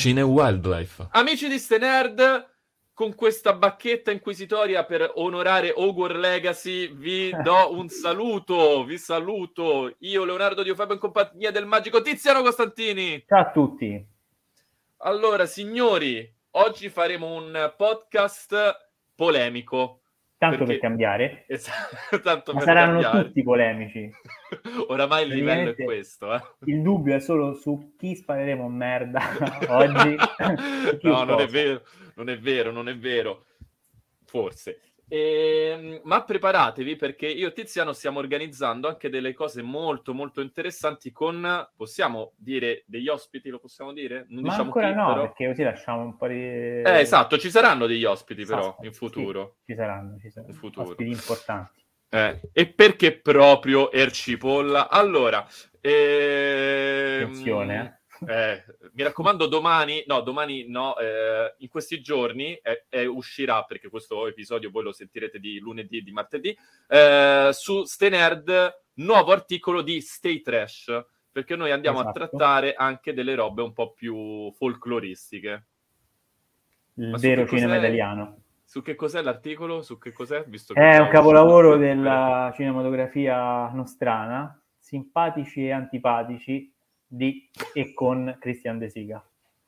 Cucina e Wildlife. Amici di Ste Nerd, con questa bacchetta inquisitoria per onorare Hogwarts Legacy vi do un saluto, vi saluto. Io, Leonardo Diofebo, in compagnia del magico Tiziano Costantini. Ciao a tutti. Allora, signori, oggi faremo un podcast polemico. Tanto per cambiare. Esatto, tanto Ma per saranno cambiare. tutti polemici. Oramai il livello è questo. Il dubbio è solo su chi spareremo merda oggi. No, non è vero, non è vero, non è vero. Forse. Ma preparatevi, perché io e Tiziano stiamo organizzando anche delle cose molto molto interessanti con, possiamo dire, degli ospiti, lo possiamo dire? Non Ma diciamo ancora chi, no, però. perché così lasciamo un po' di... Esatto, ci saranno degli ospiti però Aspetta, in futuro. Sì, ci saranno In futuro. ospiti importanti. E perché proprio Ercipolla? Allora, Attenzione, mi raccomando, domani no, in questi giorni uscirà, perché questo episodio voi lo sentirete di lunedì e di martedì, su Ste Nerd, nuovo articolo di Stay Trash, perché noi andiamo a trattare anche delle robe un po' più folcloristiche. Il vero cinema italiano. Su che cos'è l'articolo? Su che cos'è? Visto che è un capolavoro della cinematografia nostrana, simpatici e antipatici di e con Christian De Sica.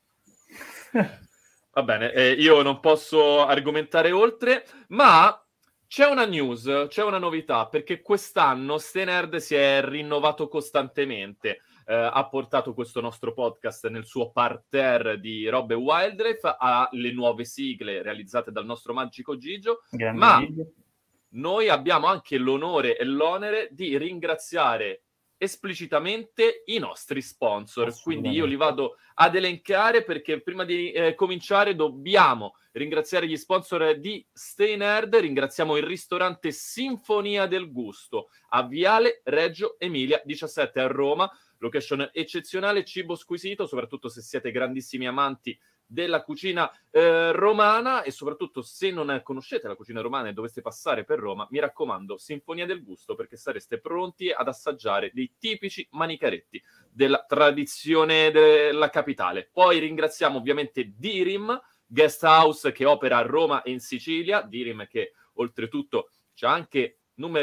Va bene, io non posso argomentare oltre, ma c'è una news, c'è una novità, perché quest'anno Ste Nerd si è rinnovato costantemente. Ha portato questo nostro podcast nel suo parterre di robe Wildlife, ha le nuove sigle realizzate dal nostro magico Gigio, ma noi abbiamo anche l'onore e l'onere di ringraziare esplicitamente i nostri sponsor, quindi io li vado ad elencare, perché prima di cominciare dobbiamo ringraziare gli sponsor di Stay Nerd. Ringraziamo il ristorante Sinfonia del Gusto a Viale Reggio Emilia 17 a Roma, location eccezionale, cibo squisito, soprattutto se siete grandissimi amanti della cucina romana, e soprattutto se non conoscete la cucina romana e doveste passare per Roma, mi raccomando, Sinfonia del Gusto, perché sareste pronti ad assaggiare dei tipici manicaretti della tradizione della capitale. Poi ringraziamo ovviamente Dirim Guest House, che opera a Roma e in Sicilia. Dirim che oltretutto c'ha anche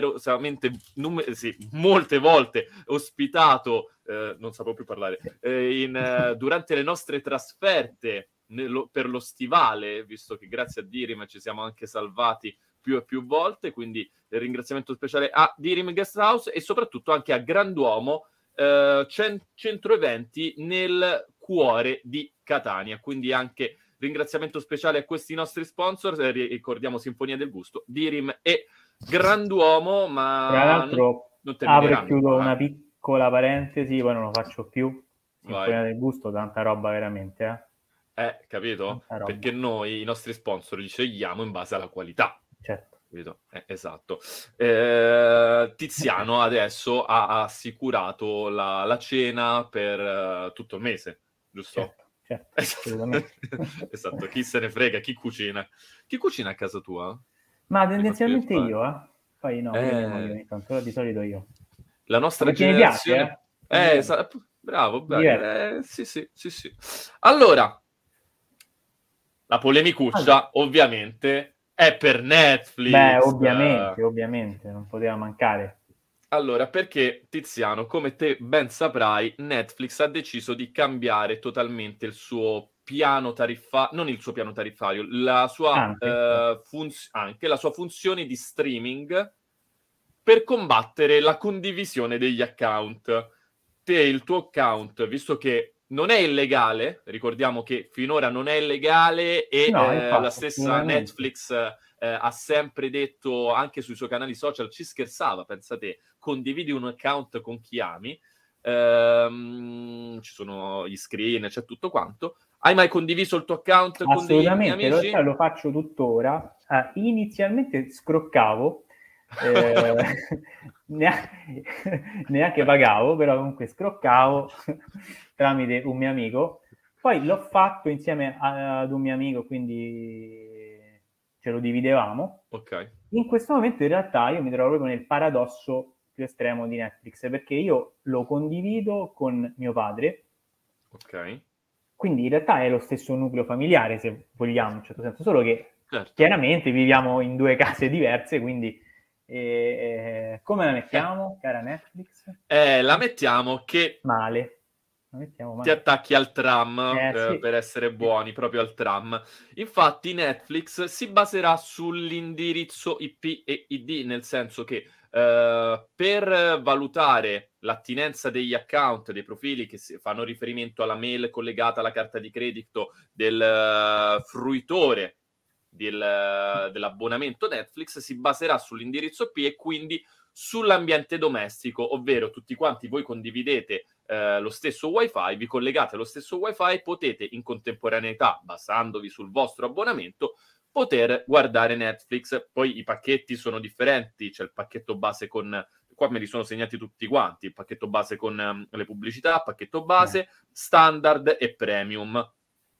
molte volte ospitato, non sapevo più parlare, durante le nostre trasferte per lo stivale, visto che grazie a Dirim ci siamo anche salvati più e più volte, quindi ringraziamento speciale a Dirim Guest House e soprattutto anche a Granduomo centro eventi nel cuore di Catania, quindi anche ringraziamento speciale a questi nostri sponsor, ricordiamo Sinfonia del Gusto, Dirim e Granduomo. Ma tra l'altro non apro e chiudo una piccola parentesi, poi non lo faccio più. Sinfonia del Gusto, tanta roba veramente, capito? Perché noi i nostri sponsor li scegliamo in base alla qualità. Certo. Esatto. Tiziano adesso ha assicurato la cena per tutto il mese, giusto? Certo, assolutamente. Esatto, chi se ne frega, chi cucina? Chi cucina a casa tua? Ma tendenzialmente io, poi no, io ogni tanto, di solito io. La nostra perché generazione... mi piace, bravo, sì. Allora, la polemicuccia ovviamente è per Netflix. Beh, ovviamente, non poteva mancare. Allora, perché Tiziano, come te ben saprai, Netflix ha deciso di cambiare totalmente il suo piano tariffario, non il suo piano tariffario, la sua anche la sua funzione di streaming per combattere la condivisione degli account. Te, il tuo account, visto che non è illegale, ricordiamo che finora non è illegale e la stessa Netflix ha sempre detto, anche sui suoi canali social, ci scherzava, pensa te, condividi un account con chi ami, ci sono gli screen, c'è tutto quanto. Hai mai condiviso il tuo account con dei amici? Assolutamente, lo faccio tuttora. Inizialmente scroccavo, neanche pagavo, però comunque scroccavo tramite un mio amico. Poi l'ho fatto insieme ad un mio amico, quindi ce lo dividevamo. Ok. In questo momento in realtà io mi trovo proprio nel paradosso più estremo di Netflix, perché io lo condivido con mio padre. Ok. quindi in realtà è lo stesso nucleo familiare, se vogliamo, in un certo senso, solo che certo. chiaramente viviamo in due case diverse, quindi come la mettiamo, cara Netflix? La mettiamo che Male. La mettiamo ti male. attacchi al tram, Sì. per essere Sì. buoni, proprio al tram. Infatti Netflix si baserà sull'indirizzo IP e ID, nel senso che per valutare l'attinenza degli account, dei profili che fanno riferimento alla mail collegata alla carta di credito del fruitore dell'abbonamento Netflix, si baserà sull'indirizzo IP e quindi sull'ambiente domestico, ovvero tutti quanti voi condividete lo stesso wifi, vi collegate allo stesso wifi, potete in contemporaneità, basandovi sul vostro abbonamento, poter guardare Netflix. Poi i pacchetti sono differenti, c'è il pacchetto base con, qua me li sono segnati tutti quanti, il pacchetto base con le pubblicità, pacchetto base, standard e premium.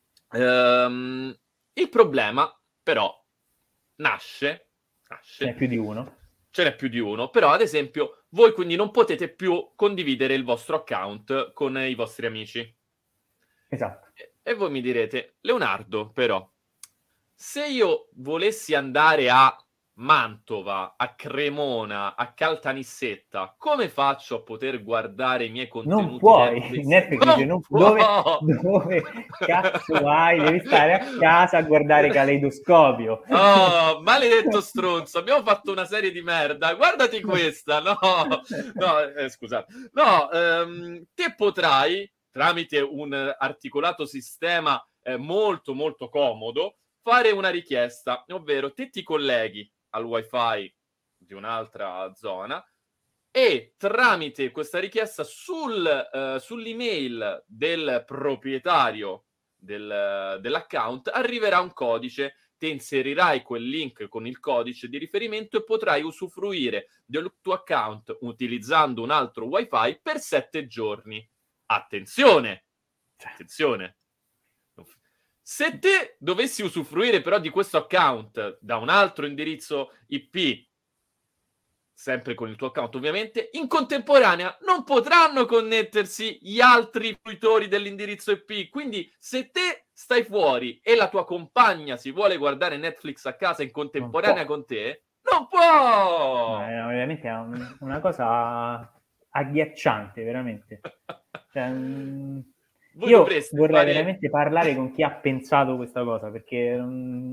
Il problema però nasce Ce n'è più di uno. ce n'è più di uno, però ad esempio voi quindi non potete più condividere il vostro account con i vostri amici. Esatto. E voi mi direte, Leonardo, però, se io volessi andare a Mantova, a Cremona, a Caltanissetta, come faccio a poter guardare i miei Non contenuti puoi, Netflix? Netflix dice, Non dove cazzo vai? Devi stare a casa a guardare Caleidoscopio. Oh, maledetto stronzo, abbiamo fatto una serie di merda, guardati questa, no, scusate, no, te potrai, tramite un articolato sistema molto molto comodo, fare una richiesta, ovvero te ti colleghi al wifi di un'altra zona e tramite questa richiesta sull'email del proprietario dell'account arriverà un codice, te inserirai quel link con il codice di riferimento e potrai usufruire del tuo account utilizzando un altro wifi per 7 giorni. Attenzione! Attenzione! Se te dovessi usufruire però di questo account da un altro indirizzo IP, sempre con il tuo account ovviamente, in contemporanea non potranno connettersi gli altri fruitori dell'indirizzo IP. Quindi se te stai fuori e la tua compagna si vuole guardare Netflix a casa in contemporanea con te, non può! Veramente è una cosa agghiacciante, veramente. Cioè, io vorrei veramente parlare con chi ha pensato questa cosa, perché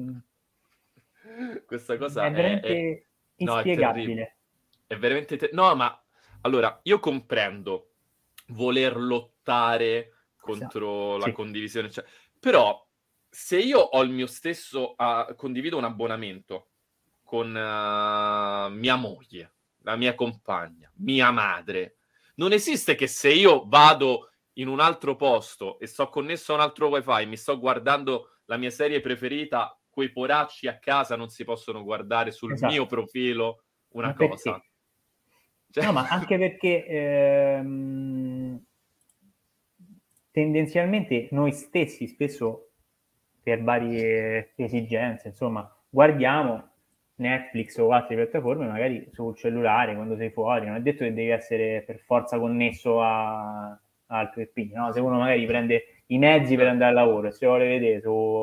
questa cosa è veramente no, è terribile. inspiegabile. È veramente no, ma allora io comprendo voler lottare contro la condivisione, cioè, però se io ho il mio stesso condivido un abbonamento con mia moglie, la mia compagna, mia madre, non esiste che se io vado in un altro posto e sto connesso a un altro wifi, mi sto guardando la mia serie preferita, quei poracci a casa non si possono guardare sul mio profilo una cosa. Perché? Cioè... No, ma anche perché tendenzialmente noi stessi spesso per varie esigenze, insomma, guardiamo Netflix o altre piattaforme magari sul cellulare quando sei fuori, non è detto che devi essere per forza connesso al tuo IP, no? Se uno magari prende i mezzi per andare al lavoro e se vuole vedere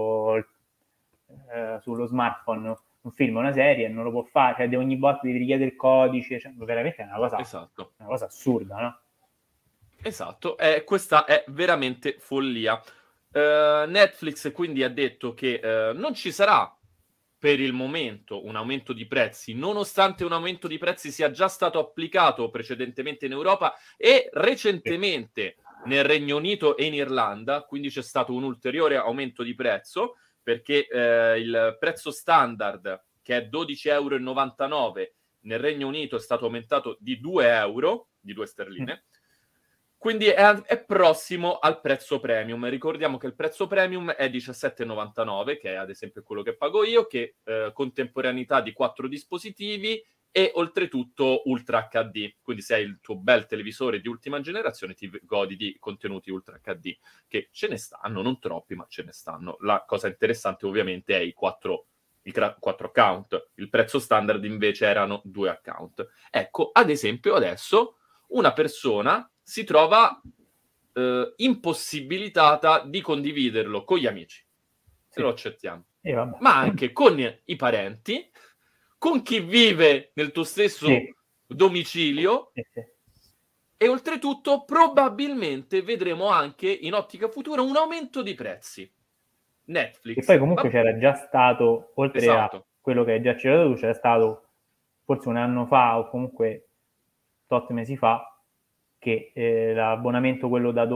sullo smartphone un film o una serie non lo può fare, cioè ogni volta devi richiedere il codice, cioè, veramente è una cosa assurda, no? Esatto, questa è veramente follia. Netflix quindi ha detto che non ci sarà per il momento un aumento di prezzi, nonostante un aumento di prezzi sia già stato applicato precedentemente in Europa e recentemente nel Regno Unito e in Irlanda, quindi c'è stato un ulteriore aumento di prezzo, perché il prezzo standard, che è 12,99 €, nel Regno Unito è stato aumentato di 2 euro, di 2 sterline, quindi è prossimo al prezzo premium. Ricordiamo che il prezzo premium è 17,99, che è ad esempio quello che pago io, che contemporaneità di 4 dispositivi e oltretutto Ultra HD. Quindi se hai il tuo bel televisore di ultima generazione ti godi di contenuti Ultra HD, che ce ne stanno, non troppi, ma ce ne stanno. La cosa interessante ovviamente è i 4 account. Il prezzo standard invece erano 2 account. Ecco, ad esempio adesso una persona si trova impossibilitata di condividerlo con gli amici, se lo accettiamo, vabbè. ma anche con i parenti, con chi vive nel tuo stesso domicilio, e oltretutto probabilmente vedremo anche in ottica futura un aumento di prezzi. Netflix. E poi comunque c'era già stato, oltre a quello che hai già citato tu, c'era stato forse un anno fa o comunque 8 mesi fa che l'abbonamento quello da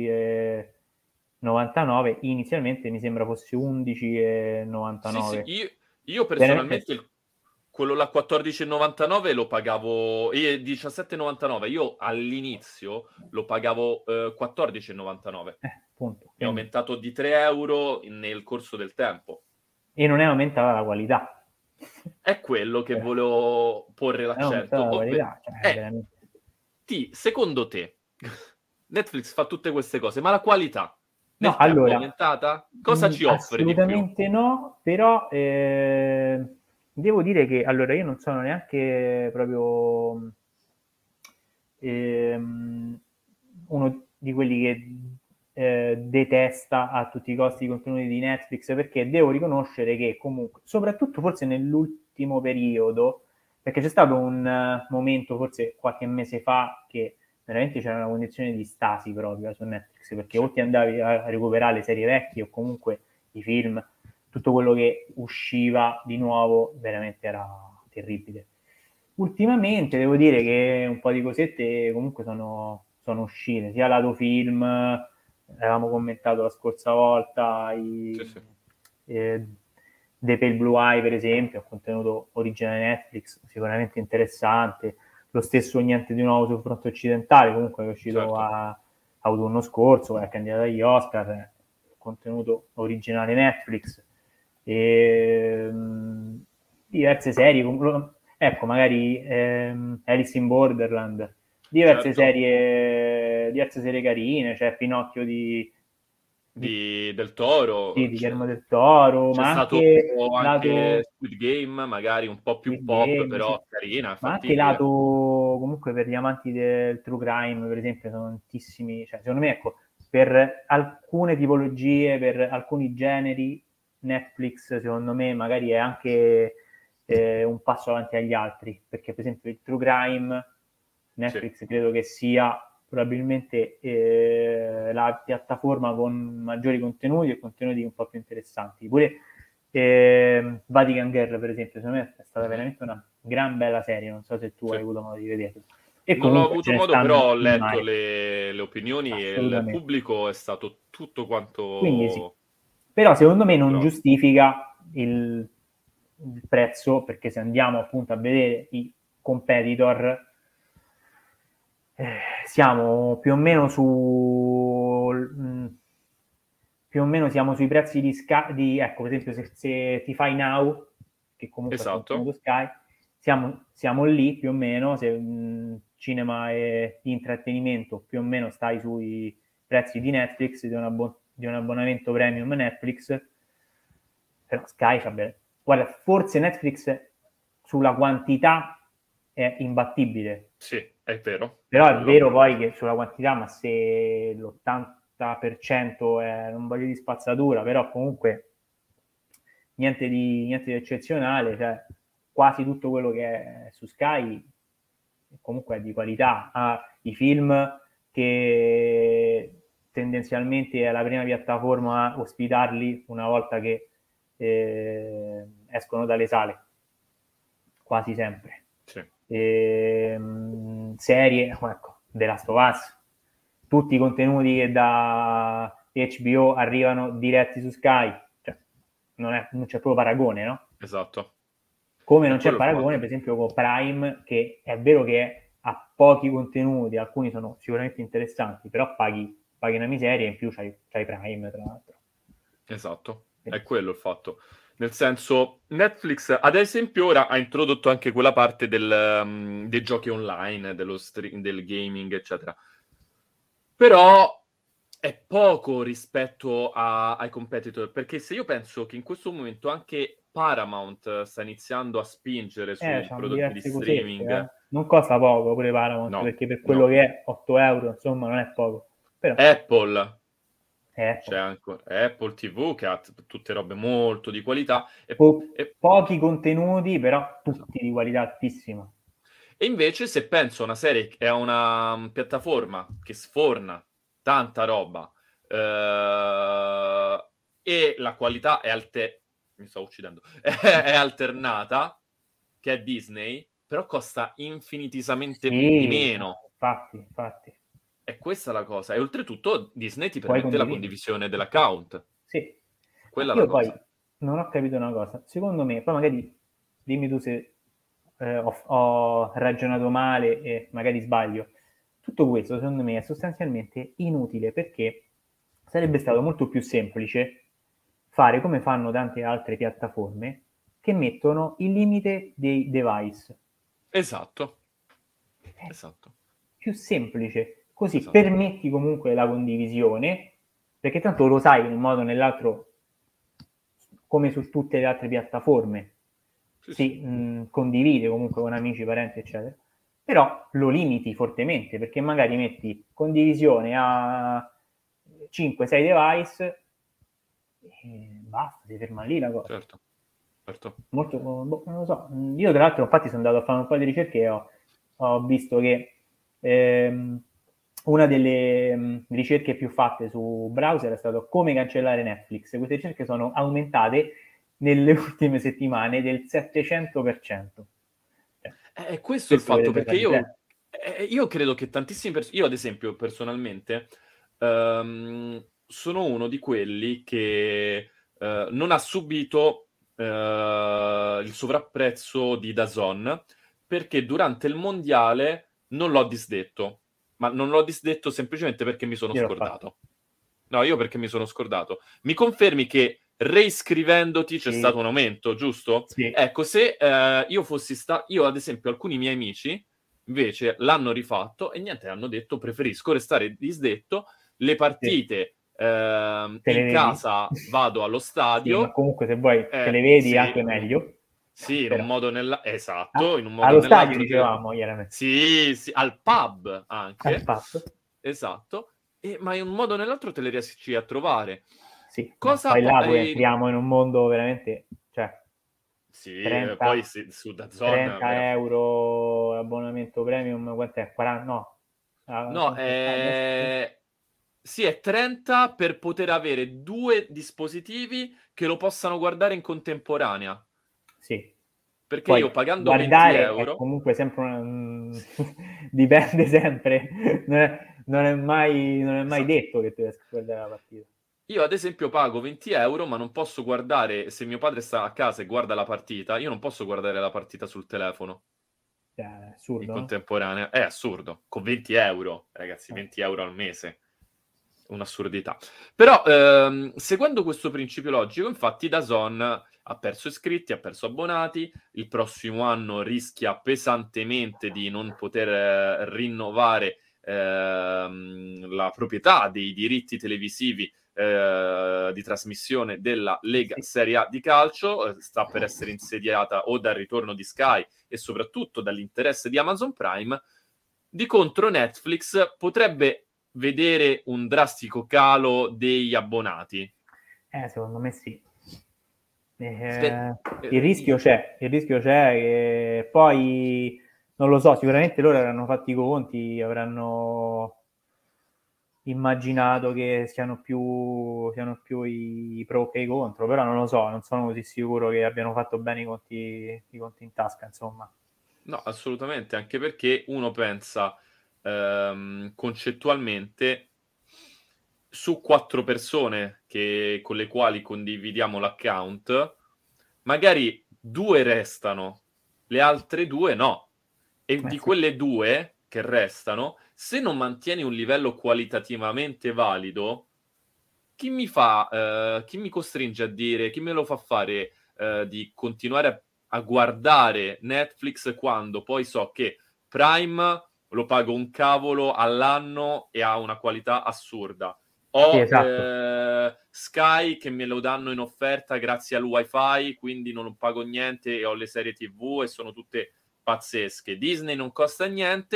12,99 inizialmente mi sembra fosse 11,99. Sì, io personalmente quello là 14,99 lo pagavo 17,99. Io all'inizio lo pagavo 14,99. Punto. È aumentato di 3 euro nel corso del tempo. E non è aumentata la qualità. È quello che volevo porre l'accento. Secondo te, Netflix fa tutte queste cose, ma la qualità nel tempo è aumentata? Cosa ci offre di più? Assolutamente no, però devo dire che allora io non sono neanche proprio uno di quelli che detesta a tutti i costi i contenuti di Netflix, perché devo riconoscere che comunque, soprattutto forse nell'ultimo periodo, perché c'è stato un momento forse qualche mese fa che veramente c'era una condizione di stasi proprio su Netflix, perché o ti andavi a recuperare le serie vecchie o comunque i film, tutto quello che usciva di nuovo veramente era terribile. Ultimamente devo dire che un po' di cosette comunque sono uscite, sia lato film, avevamo commentato la scorsa volta, The Pale Blue Eye per esempio, un contenuto originale Netflix, sicuramente interessante. Lo stesso Niente di nuovo sul fronte occidentale, comunque è uscito a autunno scorso, è candidato agli Oscar, contenuto originale Netflix. Diverse serie, ecco, magari Alice in Borderland, diverse serie carine, c'è Pinocchio del Toro, di Guillermo del Toro, c'è ma stato anche Squid Game, magari un po' più pop, però carina, ma anche lato comunque per gli amanti del true crime, per esempio, sono tantissimi, cioè secondo me, ecco, per alcune tipologie, per alcuni generi, Netflix secondo me magari è anche un passo avanti agli altri, perché per esempio il true crime Netflix credo che sia probabilmente la piattaforma con maggiori contenuti e contenuti un po' più interessanti. Pure Vatican Girl, per esempio, secondo me è stata veramente una gran bella serie, non so se tu hai avuto modo di vederla. E non ho avuto modo, però ho letto le opinioni e il pubblico è stato tutto quanto... Quindi sì. Però secondo me non giustifica il prezzo, perché se andiamo appunto a vedere i competitor, siamo più o meno siamo sui prezzi di ecco, per esempio se ti fai Now, che comunque è contenuto Sky, siamo lì più o meno, se cinema e intrattenimento più o meno stai sui prezzi di Netflix, di un abbonamento premium Netflix, però Sky fa bene. Guarda, forse Netflix sulla quantità è imbattibile. Sì, è vero. Però è vero poi che sulla quantità, ma se l'80% è, non voglio di spazzatura, però comunque niente di eccezionale, cioè quasi tutto quello che è su Sky comunque è di qualità. Ha i film che tendenzialmente è la prima piattaforma a ospitarli una volta che escono dalle sale, quasi sempre. Sì. Serie, ecco, The Last of Us, tutti i contenuti che da HBO arrivano diretti su Sky, cioè non c'è proprio paragone, no? Esatto. Come non c'è paragone, per esempio, con Prime, che è vero che ha pochi contenuti, alcuni sono sicuramente interessanti, però paghi una miseria e in più c'hai Prime, tra l'altro. Esatto, è quello il fatto. Nel senso, Netflix, ad esempio, ora ha introdotto anche quella parte dei giochi online, del gaming, eccetera. Però è poco rispetto ai competitor, perché se io penso che in questo momento anche Paramount sta iniziando a spingere su prodotti di streaming. Non costa poco pure Paramount, perché per quello che è 8 euro, insomma, non è poco. Però Apple, è c'è Apple. anche Apple TV che ha tutte robe molto di qualità Pochi contenuti, però esatto. tutti di qualità altissima. E invece se penso a una serie e a una piattaforma che sforna tanta roba e la qualità è mi sto uccidendo, è alternata, che è Disney, però costa infinitesimamente di Sì, meno. infatti. E questa è la cosa. E oltretutto Disney ti Puoi permette la condividere. condivisione dell'account. Sì. Ma Quella è la io poi cosa. non ho capito una cosa. Secondo me, poi magari dimmi tu se ho ragionato male e magari sbaglio. Tutto questo, secondo me, è sostanzialmente inutile perché sarebbe stato molto più semplice fare come fanno tante altre piattaforme che mettono il limite dei device. Esatto. È Esatto. più semplice, così Esatto. permetti comunque la condivisione, perché tanto lo sai in un modo o nell'altro, come su tutte le altre piattaforme, Sì, sì. si condivide comunque con amici, parenti, eccetera, però lo limiti fortemente, perché magari metti condivisione a 5-6 device e basta, si ferma lì la cosa. Certo. Certo. Molto, non lo so. Io tra l'altro infatti sono andato a fare un po' di ricerche e ho visto che una delle ricerche più fatte su browser è stato come cancellare Netflix. Queste ricerche sono aumentate nelle ultime settimane del 700%. È questo il Questo fatto, vorrebbe perché fare riflettere. io credo che tantissime persone, io ad esempio personalmente, sono uno di quelli che non ha subito il sovrapprezzo di DAZN, perché durante il mondiale non l'ho disdetto, ma non l'ho disdetto semplicemente perché mi sono Io l'ho fatto. scordato. No, io perché mi sono scordato. Mi confermi che reiscrivendoti c'è Sì. stato un aumento, giusto? Sì. Ecco, se io fossi stato... Io, ad esempio, alcuni miei amici, invece, l'hanno rifatto e niente, hanno detto preferisco restare disdetto, le Sì. partite Te le in vedi? casa vado allo Sì, ma stadio, comunque se vuoi te le vedi sì, anche meglio. sì, in un Però. modo o esatto, in un modo o Allo stadio nell'altro dicevamo, chiaramente. sì, sì, al pub Al anche, pub. esatto, ma in un modo o nell'altro te le riesci a trovare. Sì, ma Cosa poi là poi poi... entriamo in un mondo veramente, cioè Sì, poi 30, su DAZN 30 euro abbonamento premium, quanto è? 40, no, no, adesso sì, è 30 per poter avere due dispositivi che lo possano guardare in contemporanea. sì. Perché Poi io pagando 20 guardare è euro, comunque sempre dipende sempre, non è mai esatto. detto che tu riesca a guardare la partita. Io ad esempio pago 20 euro, ma non posso guardare, se mio padre sta a casa e guarda la partita, io non posso guardare la partita sul telefono Cioè, è in assurdo, no? contemporanea. È assurdo. Con 20 euro, ragazzi, Eh, 20 euro al mese. Un'assurdità. Però, seguendo questo principio logico, infatti, DAZN ha perso iscritti, ha perso abbonati, il prossimo anno rischia pesantemente di non poter rinnovare la proprietà dei diritti televisivi di trasmissione della Lega sì. Serie A di calcio, sta per essere insediata o dal ritorno di Sky e soprattutto dall'interesse di Amazon Prime. Di contro Netflix potrebbe vedere un drastico calo degli abbonati. Secondo me sì. Spe- Il rischio c'è che poi, non lo so, sicuramente loro avranno fatto i conti, avranno immaginato che siano più i pro che i contro, però non lo so, non sono così sicuro che abbiano fatto bene i conti in tasca, insomma. No, assolutamente, anche perché uno pensa concettualmente su 4 persone con le quali condividiamo l'account, magari 2 restano, le altre 2 no. E di Sì. quelle 2 che restano, se non mantieni un livello qualitativamente valido, chi mi costringe a dire, chi me lo fa fare di continuare a guardare Netflix quando poi so che Prime lo pago un cavolo all'anno e ha una qualità assurda. Sì, Ho esatto. Sky che me lo danno in offerta grazie al wifi, quindi non pago niente e ho le serie TV e sono tutte pazzesche. Disney non costa niente,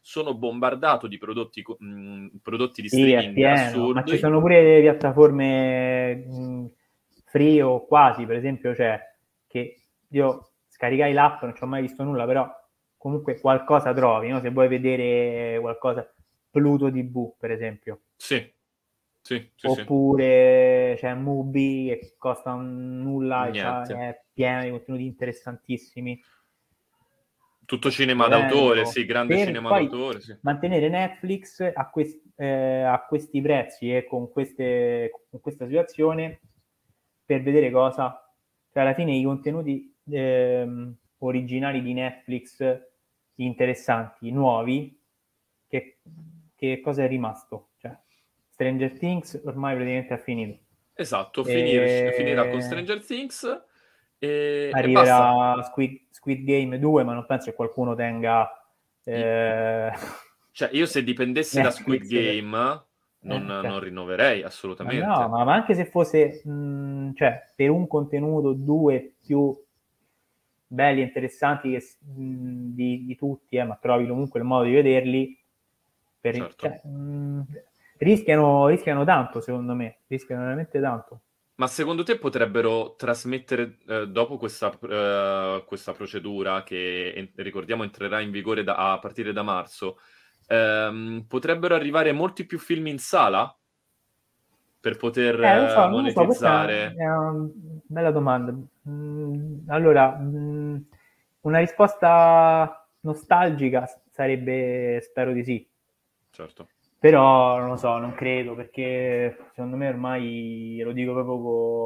sono bombardato di prodotti di Sì, è streaming pieno, ma ci assurdi. sono pure le piattaforme free o quasi, per esempio, cioè, che io scaricai l'app, non ci ho mai visto nulla, però comunque qualcosa trovi, no? Se vuoi vedere qualcosa, Pluto TV, per esempio. Sì, sì, sì, sì. Oppure c'è Mubi che costa nulla e Niente. è pieno di contenuti interessantissimi. Tutto cinema d'autore, Bello. sì, grande Per cinema poi d'autore, sì. mantenere Netflix a questi prezzi e con questa situazione per vedere cosa? Cioè, alla fine i contenuti originali di Netflix interessanti, nuovi, che cosa è rimasto? Cioè, Stranger Things ormai praticamente ha finito. Esatto, finirà con E Stranger Things e basta. arriverà Squid Game 2, ma non penso che qualcuno tenga I- eh, Cioè, io se dipendesse da Squid Netflix. Game non Cioè, rinnoverei ma no, assolutamente. ma anche se fosse cioè, per un contenuto, due più belli e interessanti di tutti, ma trovi comunque il modo di vederli, Certo. cioè, rischiano tanto, secondo me, rischiano veramente tanto. Ma secondo te potrebbero trasmettere, dopo questa procedura che ricordiamo entrerà in vigore a partire da marzo, potrebbero arrivare molti più film in sala per poter Non lo so, questa monetizzare? è una bella domanda. Allora, una risposta nostalgica sarebbe, spero di sì, Certo. però non lo so, non credo, perché secondo me ormai, lo dico proprio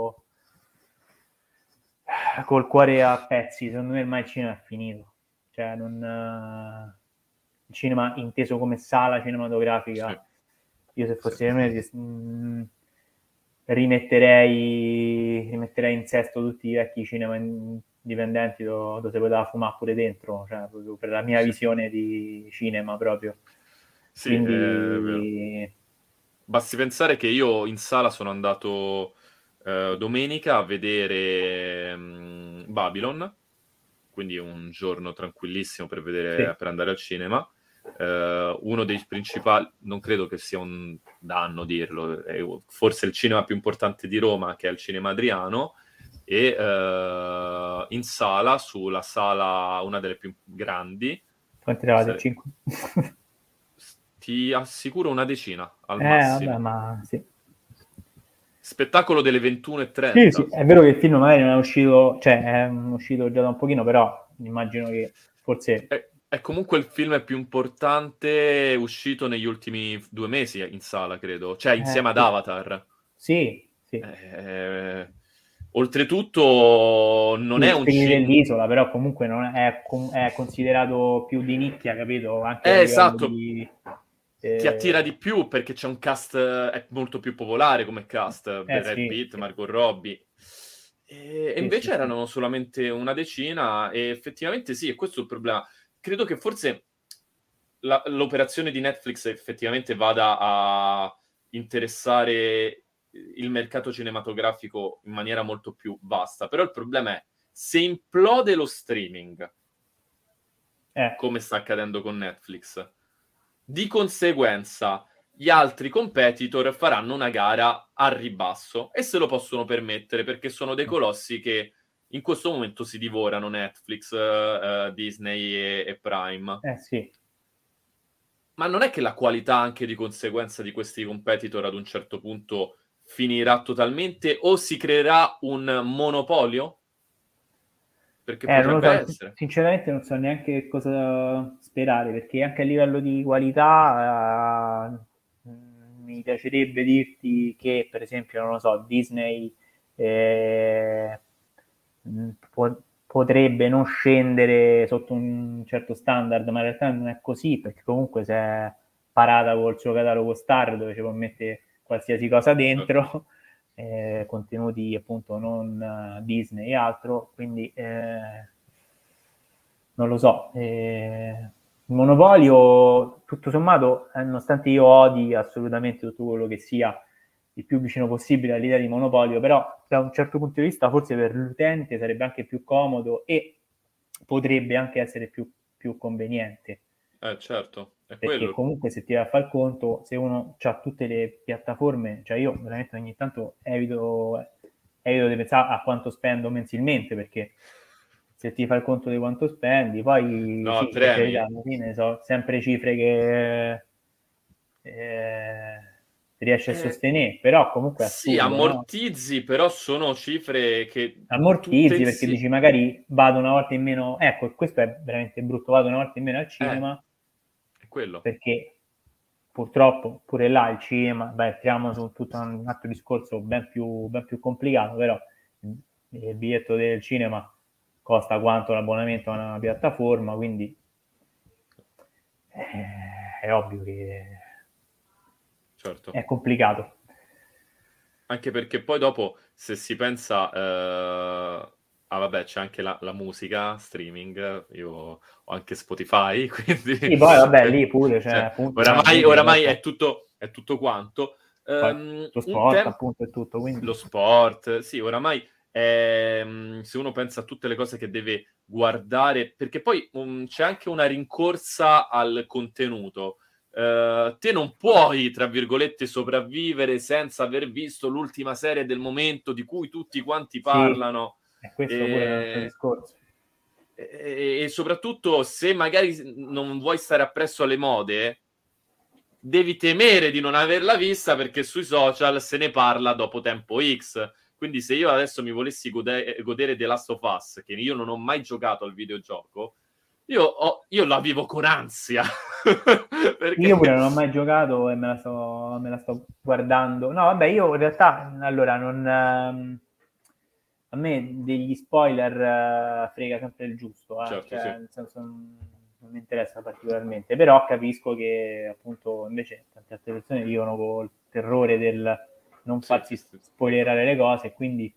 col cuore a pezzi, secondo me ormai il cinema è finito. Cioè, il cinema inteso come sala Sì, cinematografica, io se sì. fossi me, rimetterei in sesto tutti i vecchi cinema indipendenti dove si poteva fumare pure dentro, cioè proprio per la mia Sì, visione di cinema proprio. sì, è vero. Quindi Basti pensare che io in sala sono andato domenica a vedere Babylon, quindi un giorno tranquillissimo sì. per andare al cinema. Uno dei principali, non credo che sia un danno dirlo, è forse il cinema più importante di Roma, che è il Cinema Adriano, e in sala, sulla sala, una delle più grandi, Quanti eravate? sare- 5? ti assicuro una decina al massimo. Vabbè, ma sì. Spettacolo delle Sì, sì, 21:30. è vero che il film magari non è uscito, cioè è uscito già da un pochino, però immagino che forse È comunque il film più importante uscito negli ultimi 2 mesi in sala, credo. Cioè, insieme ad sì, Avatar. sì, sì. Eh, oltretutto, non è Sì, un quelli cinema. dell'isola, però comunque non è considerato più di nicchia, capito? Anche a livello Esatto, di... ti attira Eh, di più perché c'è un cast, è molto più popolare come cast. Brad sì, Pitt, sì, Margot Robbie. E sì, sì, invece sì. erano solamente una decina, e effettivamente sì, e questo è il problema. Credo che forse l'operazione di Netflix effettivamente vada a interessare il mercato cinematografico in maniera molto più vasta, però il problema è se implode lo streaming, Eh, come sta accadendo con Netflix, di conseguenza gli altri competitor faranno una gara a ribasso e se lo possono permettere perché sono dei colossi che in questo momento si divorano Netflix, Disney e Prime. sì. Ma non è che la qualità anche di conseguenza di questi competitor ad un certo punto finirà totalmente o si creerà un monopolio? Perché Non lo potrebbe so, essere. sinceramente non so neanche cosa sperare, perché anche a livello di qualità mi piacerebbe dirti che, per esempio, non lo so, Disney eh, potrebbe non scendere sotto un certo standard, ma in realtà non è così, perché comunque se è parata col suo catalogo Star, dove ci può mettere qualsiasi cosa Certo. dentro, contenuti appunto non Disney e altro, quindi non lo so. Il monopolio, tutto sommato, nonostante io odi assolutamente tutto quello che sia il più vicino possibile all'idea di monopolio, però da un certo punto di vista forse per l'utente sarebbe anche più comodo e potrebbe anche essere più conveniente. Certo, è perché quello. comunque se ti vai a fare il conto, se uno ha tutte le piattaforme, cioè io veramente ogni tanto evito di pensare a quanto spendo mensilmente, perché se ti fai il conto di quanto spendi, poi No, sì, per carità, tremi. alla fine sono sempre cifre che riesci a Eh, sostenere, però comunque è sì, assurdo, no? ammortizzi, però sono cifre che tutte Ammortizzi perché insieme... dici magari vado una volta in meno, ecco, questo è veramente brutto, vado una volta in meno al cinema è quello. perché purtroppo pure là il cinema, beh, entriamo su tutto un altro discorso ben più complicato, però il biglietto del cinema costa quanto l'abbonamento a una piattaforma, quindi è ovvio che Certo. è complicato. Anche perché poi dopo, se si pensa... Ah, vabbè, c'è anche la musica, streaming, io ho anche Spotify, quindi... Sì, poi vabbè, lì pure, cioè, cioè, appunto, oramai, vedi, oramai dopo, è tutto quanto. poi lo Un sport, tempo... appunto, è tutto, quindi... Lo sport, sì, oramai se uno pensa a tutte le cose che deve guardare, perché poi c'è anche una rincorsa al contenuto. Te non puoi, tra virgolette, sopravvivere senza aver visto l'ultima serie del momento di cui tutti quanti Sì, parlano. e questo pure è un altro discorso. E soprattutto se magari non vuoi stare appresso alle mode, devi temere di non averla vista perché sui social se ne parla dopo tempo X. Quindi se io adesso mi volessi godere The Last of Us, che io non ho mai giocato al videogioco, io la vivo con ansia. Io pure Perché... non ho mai giocato e me la sto guardando. No, vabbè, io in realtà, allora, non, a me degli spoiler frega sempre il giusto, Certo, cioè, sì. nel senso non mi interessa particolarmente, però capisco che appunto invece tante altre persone vivono col terrore del non Sì, sì, farsi sì. spoilerare le cose, quindi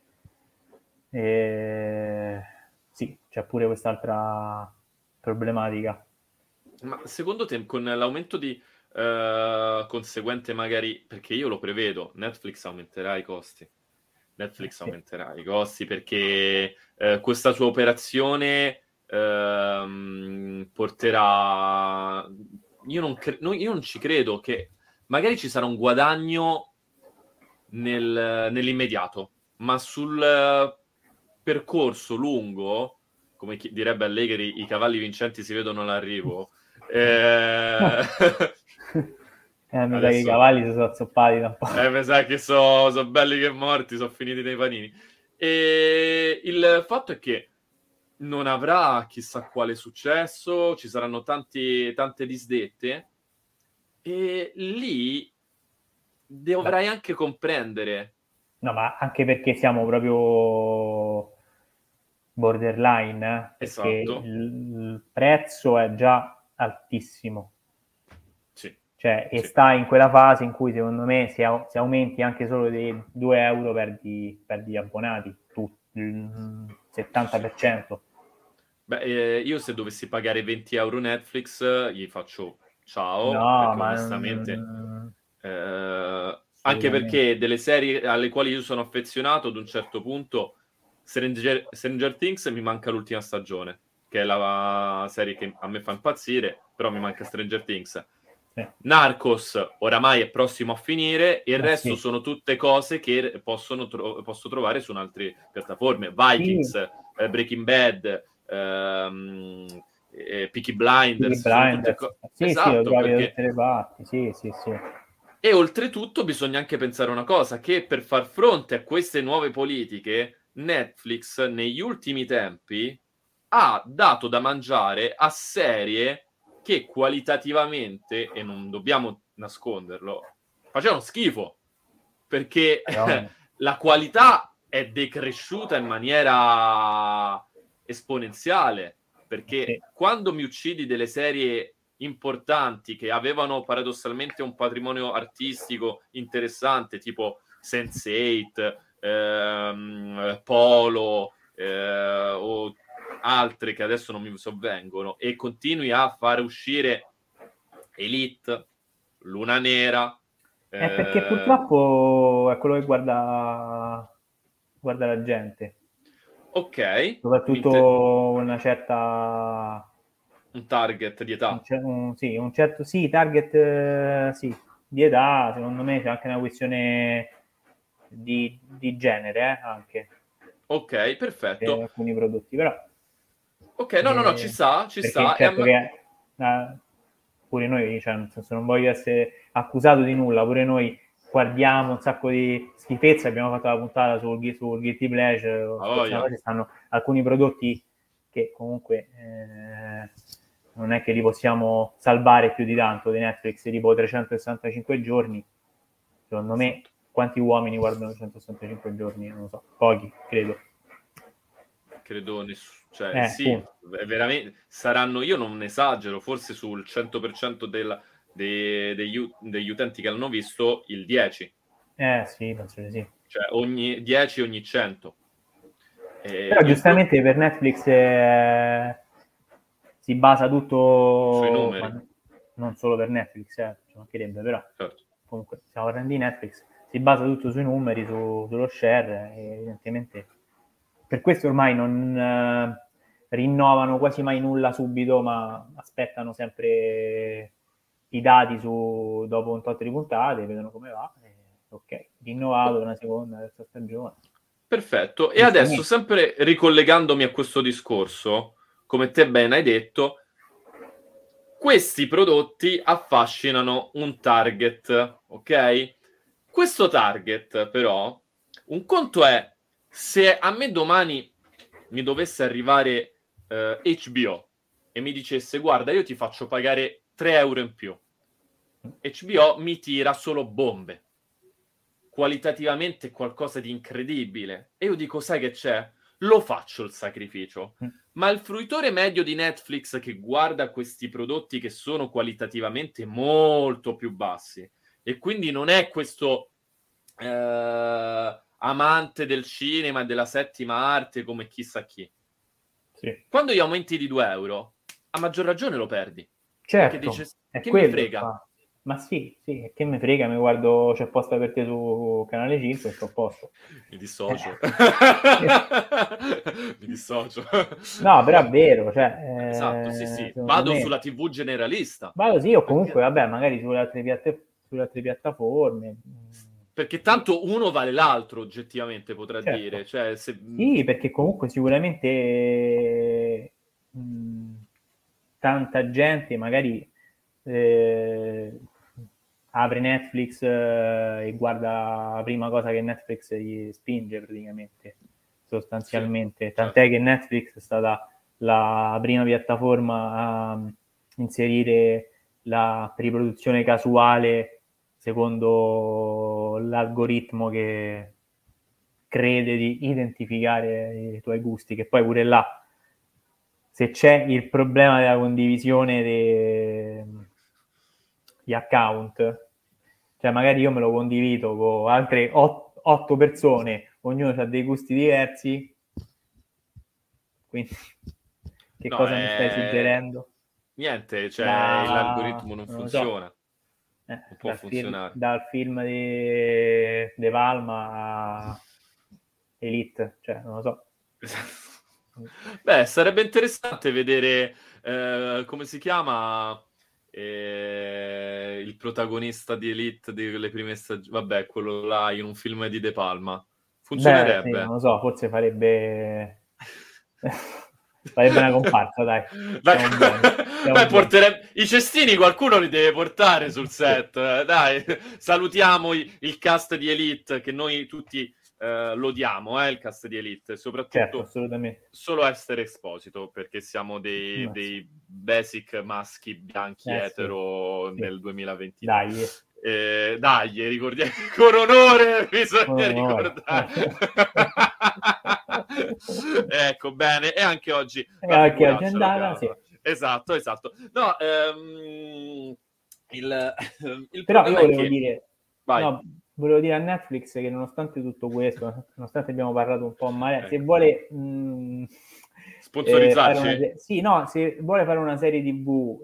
sì, c'è pure quest'altra problematica. Ma secondo te, con l'aumento di conseguente magari, perché io lo prevedo, Netflix aumenterà i costi. Netflix Sì. aumenterà i costi perché questa sua operazione porterà... io non ci credo che magari ci sarà un guadagno nell'immediato, ma sul percorso lungo, come direbbe Allegri, i cavalli vincenti si vedono all'arrivo. Eh... Mi sa che i Adesso cavalli si sono azzoppati da un po'. mi sa che sono belli che morti, sono finiti nei panini. E il fatto è che non avrà chissà quale successo, ci saranno tante disdette, e lì Beh, dovrai anche comprendere. no, ma anche perché siamo proprio borderline, perché Esatto, il prezzo è già altissimo. sì, Cioè, e sì, sta in quella fase in cui secondo me se aumenti anche solo di 2 euro perdi abbonati, tu, il sì, sì. 70%. Beh, io se dovessi pagare 20 euro Netflix, gli faccio ciao, No, perché ma onestamente... anche assolutamente. perché delle serie alle quali io sono affezionato, ad un certo punto, Stranger Things mi manca l'ultima stagione, che è la serie che a me fa impazzire, però mi manca Stranger Things. Sì. Narcos oramai è prossimo a finire, e il resto Sì. sono tutte cose che posso trovare su altre piattaforme. Sì, Vikings, Breaking Bad, Peaky Peaky Blinders, sono tutte Blinders. cose... Sì, sì, lo Esatto, trovi da perché... tutte le parti. Sì, sì, sì. E oltretutto bisogna anche pensare una cosa, che per far fronte a queste nuove politiche, Netflix negli ultimi tempi ha dato da mangiare a serie che qualitativamente, e non dobbiamo nasconderlo, facevano schifo, perché Però, la qualità è decresciuta in maniera esponenziale, sì. perché quando mi uccidi delle serie importanti che avevano paradossalmente un patrimonio artistico interessante, tipo Sense8, Polo, o altre che adesso non mi sovvengono, e continui a fare uscire Elite, Luna Nera, È perché purtroppo è quello che guarda la gente, ok, soprattutto una certa un target di età. Sì, un certo sì, target sì, di età, secondo me c'è anche una questione di genere, anche Ok, per perfetto. alcuni prodotti, però Ok, no, ci sta, ci perché sta. certo che pure noi, cioè, nel senso, non voglio essere accusato di nulla, pure noi guardiamo un sacco di schifezze, abbiamo fatto la puntata sul Guilty Pleasure, Voglia. ci stanno alcuni prodotti che comunque non è che li possiamo salvare più di tanto di Netflix, tipo 365 giorni, secondo me Esatto. quanti uomini guardano 365 giorni? Non lo so, pochi, credo. Credo cioè sì, Punto. veramente saranno, io non esagero, forse sul 100% degli utenti che l'hanno visto, il 10. Sì, penso di sì. Cioè ogni 10 ogni 100. Però Il giustamente per Netflix si basa sui tutto, numeri, ma non solo per Netflix, ci mancherebbe, però certo. comunque stiamo parlando di Netflix, si basa tutto sui numeri, sullo share, e evidentemente per questo ormai non rinnovano quasi mai nulla subito, ma aspettano sempre i dati dopo un tot di puntate, vedono come va, ok, rinnovato per una seconda, terza stagione. Perfetto. E adesso, Giustamente. sempre ricollegandomi a questo discorso, come te ben hai detto, questi prodotti affascinano un target, ok? Questo target, però, un conto è se a me domani mi dovesse arrivare HBO e mi dicesse guarda, io ti faccio pagare 3 euro in più. HBO mi tira solo bombe. Qualitativamente è qualcosa di incredibile. E io dico, sai che c'è? Lo faccio il sacrificio. Ma il fruitore medio di Netflix che guarda questi prodotti che sono qualitativamente molto più bassi e quindi non è questo amante del cinema e della settima arte come chissà chi. Sì. Quando gli aumenti di 2 euro, a maggior ragione lo perdi. Perché Certo, dice, è che mi quello, frega? infatti. Ma sì, sì, che me frega, mi guardo, c'è posta per te su Canale 5, sto a posto. Mi dissocio. Sì. Mi dissocio. No, però è vero, Esatto, sì, cioè, sì. secondo Vado me, sulla TV generalista. vado sì, o Perché, comunque, vabbè, magari sulle altre piattaforme. perché Sì, tanto uno vale l'altro, oggettivamente, potrà dire. certo. Cioè, se, Sì, perché comunque sicuramente tanta gente magari eh, apre Netflix e guarda la prima cosa che Netflix gli spinge praticamente, sì, sostanzialmente. Tant'è certo. che Netflix è stata la prima piattaforma a inserire la riproduzione casuale secondo l'algoritmo che crede di identificare i tuoi gusti, che poi pure là, se c'è il problema della condivisione di account, cioè magari io me lo condivido con altre 8 persone, ognuno ha dei gusti diversi, quindi che No, cosa mi stai suggerendo? niente, cioè, l'algoritmo non Non lo so, funziona. Non può funzionare. dal film di De Palma a Elite, cioè non lo so. Beh, sarebbe interessante vedere come si chiama il protagonista di Elite delle prime stagioni. Vabbè, quello là in un film di De Palma. Beh, sì, non Funzionerebbe. lo so, forse farebbe una comparsa, dai, Dai, siamo buoni, siamo beh, buoni. i cestini qualcuno li deve portare sul Sì, set. Dai, salutiamo il cast di Elite che noi tutti lodiamo, il cast di Elite, certo, soprattutto assolutamente. solo Esther Esposito, perché siamo Ma sì, dei basic maschi bianchi sì, etero sì, nel 2023. dai, Dai, ricordiamo, con onore con bisogna onore. ricordare. Ecco, bene, e anche oggi la Che oggi è figuraccia andata, sì. l'abbiamo. Esatto, esatto. No, il, il Però io problema è volevo che... dire, Vai. no, volevo dire a Netflix che nonostante tutto questo, nonostante abbiamo parlato un po' male, se Ecco. vuole fare una Sponsorizzarci? sì, no, se vuole fare una serie TV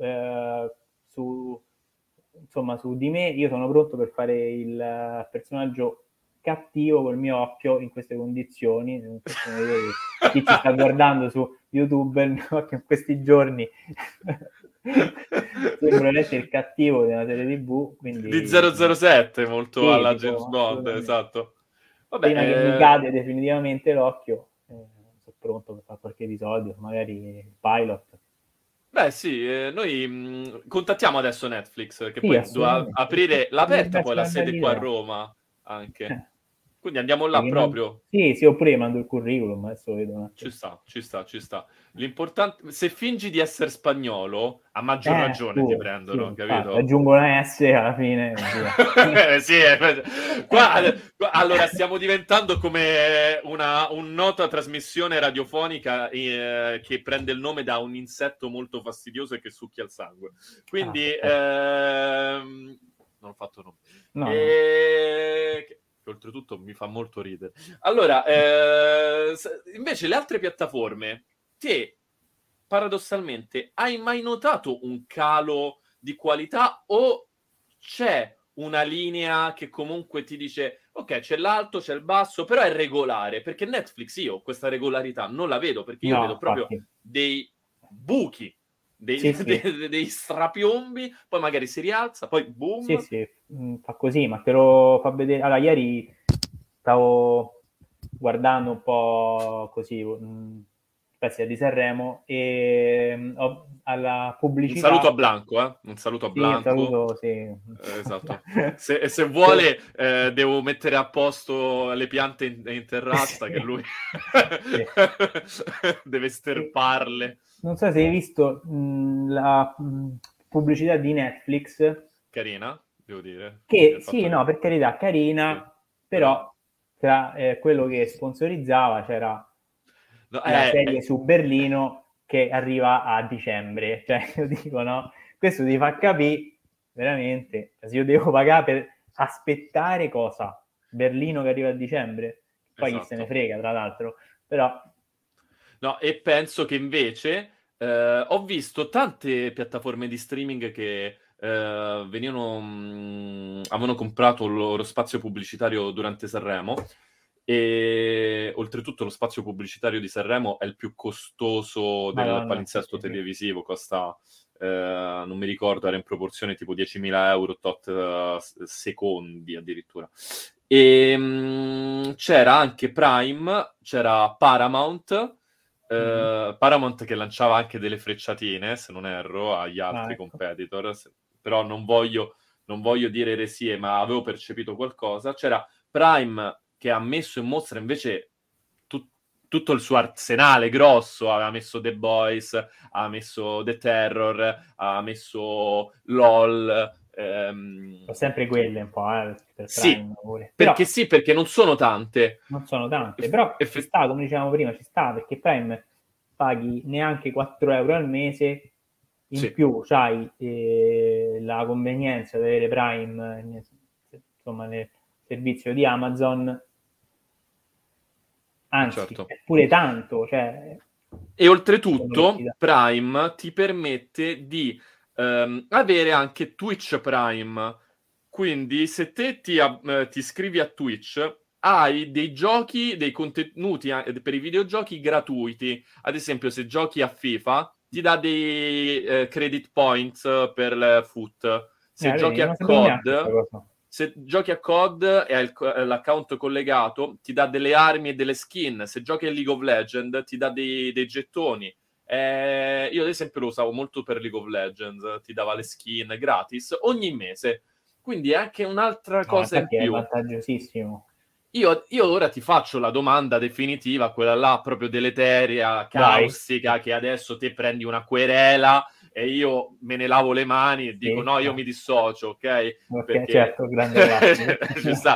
su insomma su di me, io sono pronto per fare il personaggio cattivo col mio occhio in queste condizioni. Chi ci sta guardando su YouTube, il mio occhio in questi giorni sembra essere il cattivo della serie TV, quindi di 007, molto sì, alla tipo, James Bond, esatto. Vabbè, prima che mi cade definitivamente l'occhio, sono pronto per fare qualche episodio, magari il pilot. Beh sì, noi contattiamo adesso Netflix, che Sì, poi doveva assolutamente. aprire, l'ha Potrebbe aperta poi essere la una bella sede qua a idea. Roma anche. Quindi andiamo là Perché proprio. Sì, sì, oppure mando il curriculum, adesso vedo un attimo. Ci sta. L'importante, se fingi di essere spagnolo, a maggior ragione ti Sì, prendono, infatti, capito? aggiungo una S alla fine. Sì, qua, allora stiamo diventando come un nota trasmissione radiofonica che prende il nome da un insetto molto fastidioso e che succhia il sangue. Quindi, non ho fatto nome. No. Che oltretutto mi fa molto ridere. Allora, invece le altre piattaforme, te, paradossalmente, hai mai notato un calo di qualità o c'è una linea che comunque ti dice ok, c'è l'alto, c'è il basso, però è regolare? Perché Netflix io questa regolarità non la vedo, perché io No, vedo proprio infatti. dei buchi, Sì, sì. dei strapiombi, poi magari si rialza, poi boom. Sì, fa così, ma te lo fa vedere. Allora, ieri stavo guardando un po' così pezzi di Sanremo e alla Un saluto a pubblicità. Blanco, eh? Un saluto a Sì, un Blanco. saluto, sì. Esatto. Se vuole, devo mettere a posto le piante in terrazza, Sì. che lui Sì. deve sterparle. Non so se hai visto la pubblicità di Netflix, Carina, devo dire. Mi che ha sì, fatto no, per carità, sì. carina, Però... però tra quello che sponsorizzava c'era No, la serie su Berlino che arriva a dicembre. Cioè, io dico, no, questo ti fa capire veramente, se io devo pagare per aspettare cosa? Berlino che arriva a dicembre? Poi chi se ne esatto. frega, tra l'altro, però... No, e penso che invece ho visto tante piattaforme di streaming che avevano comprato il loro spazio pubblicitario durante Sanremo e oltretutto lo spazio pubblicitario di Sanremo è il più costoso del Madonna, palinsesto sì. televisivo, costa, non mi ricordo, era in proporzione tipo 10.000 euro tot secondi addirittura. E c'era anche Prime, c'era Paramount, Paramount che lanciava anche delle frecciatine, se non erro, agli altri Ecco. competitor, però non voglio dire eresie, ma avevo percepito qualcosa. C'era Prime che ha messo in mostra invece tutto il suo arsenale grosso, aveva messo The Boys, ha messo The Terror, ha messo LOL. Sono sempre quelle un po', per Sì, Prime pure. Però perché sì, perché non sono tante. non sono tante, però ci sta, come dicevamo prima, ci sta, perché Prime paghi neanche 4 euro al mese, in Sì. più c'hai la convenienza di avere Prime, insomma, nel servizio di Amazon, anzi, Certo. è pure tanto, cioè... E oltretutto Prime ti permette di avere anche Twitch Prime. Quindi se te ti iscrivi a Twitch, hai dei giochi, dei contenuti per i videogiochi gratuiti. Ad esempio, se giochi a FIFA, ti dà dei credit points per il foot. Se vedi, giochi non a sapevo neanche questa COD, cosa. se giochi a COD e hai l'account collegato, ti dà delle armi e delle skin. Se giochi a League of Legends, ti dà dei gettoni. Io ad esempio lo usavo molto per League of Legends, ti dava le skin gratis ogni mese. Quindi è anche un'altra No, cosa in infatti è più. vantaggiosissimo. Io ora ti faccio la domanda definitiva, quella là proprio deleteria, Vai. caustica, che adesso te prendi una querela e io me ne lavo le mani e dico Sì, no, io mi dissocio, ok? ok, Perché certo, grande classico. ci sta.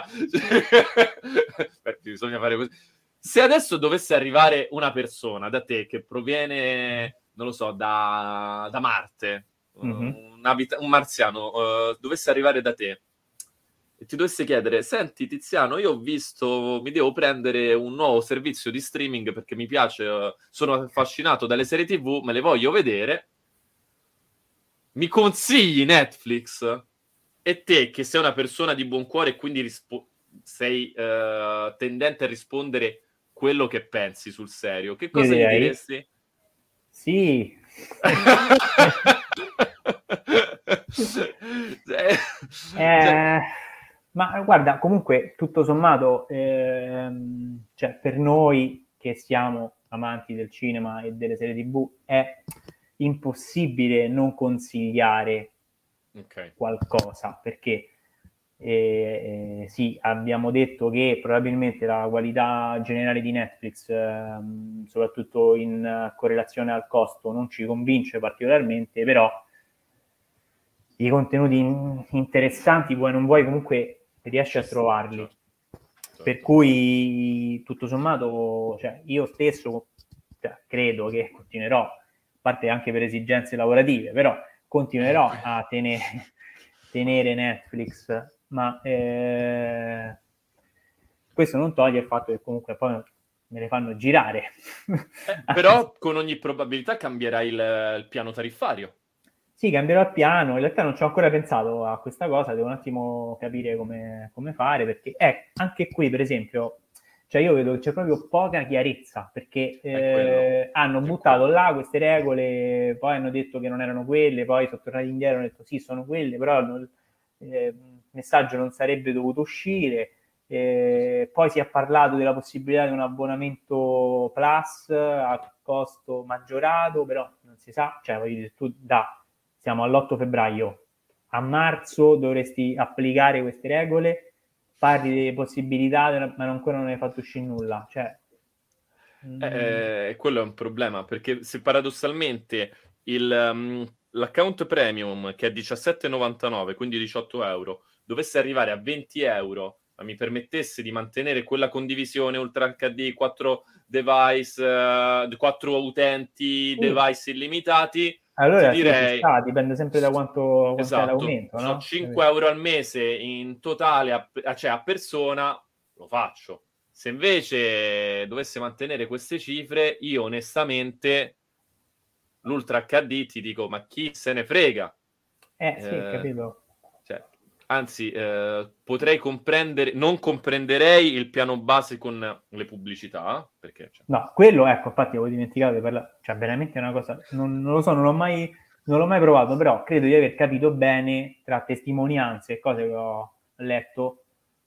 Bisogna fare così. Se adesso dovesse arrivare una persona da te che proviene, non lo so, da Marte, Mm-hmm. un marziano, dovesse arrivare da te e ti dovesse chiedere, senti Tiziano, io ho visto, mi devo prendere un nuovo servizio di streaming perché mi piace, sono affascinato dalle serie TV, me le voglio vedere, mi consigli Netflix? E te, che sei una persona di buon cuore e quindi sei tendente a rispondere quello che pensi sul serio. Che Io cosa gli direi diresti? sì. Cioè, Ma guarda, comunque, tutto sommato, cioè, per noi che siamo amanti del cinema e delle serie TV, è impossibile non consigliare ok. qualcosa, perché sì, abbiamo detto che probabilmente la qualità generale di Netflix, soprattutto in correlazione al costo, non ci convince particolarmente, però i contenuti interessanti, vuoi non vuoi, comunque riesci a trovarli. Per Certo. cui, tutto sommato, cioè, io stesso credo che continuerò, a parte anche per esigenze lavorative, però continuerò a tenere Netflix, ma questo non toglie il fatto che comunque poi me le fanno girare. Però con ogni probabilità cambierai il piano tariffario. Sì, cambierò il piano. In realtà non ci ho ancora pensato a questa cosa, devo un attimo capire come fare, perché anche qui, per esempio, cioè io vedo che c'è proprio poca chiarezza, perché È quello. hanno È buttato quello. là queste regole, poi hanno detto che non erano quelle, poi sono tornati indietro e hanno detto sì, sono quelle, però il messaggio non sarebbe dovuto uscire. Poi si è parlato della possibilità di un abbonamento Plus a costo maggiorato, però non si sa, cioè voglio dire, siamo all'8 febbraio, a marzo dovresti applicare queste regole, parli delle possibilità, ma ancora non hai fatto uscire nulla. Cioè, Quello è un problema, perché se paradossalmente l'account premium, che è 17,99, quindi 18 euro, dovesse arrivare a 20 euro, ma mi permettesse di mantenere quella condivisione Ultra HD, 4 device, 4 utenti, sì. device illimitati, ti Allora sì, ci direi... sta, dipende sempre da quanto è Esatto, l'aumento, sono no? 5 euro al mese in totale, cioè a persona, lo faccio. Se invece dovesse mantenere queste cifre, io onestamente l'Ultra HD ti dico, ma chi se ne frega? Sì, Eh, capito. cioè, anzi, potrei comprendere, non comprenderei il piano base con le pubblicità, perché cioè, No, quello, ecco, infatti avevo dimenticato di parlare, cioè veramente è una cosa, non lo so, non l'ho mai provato, però credo di aver capito bene tra testimonianze e cose che ho letto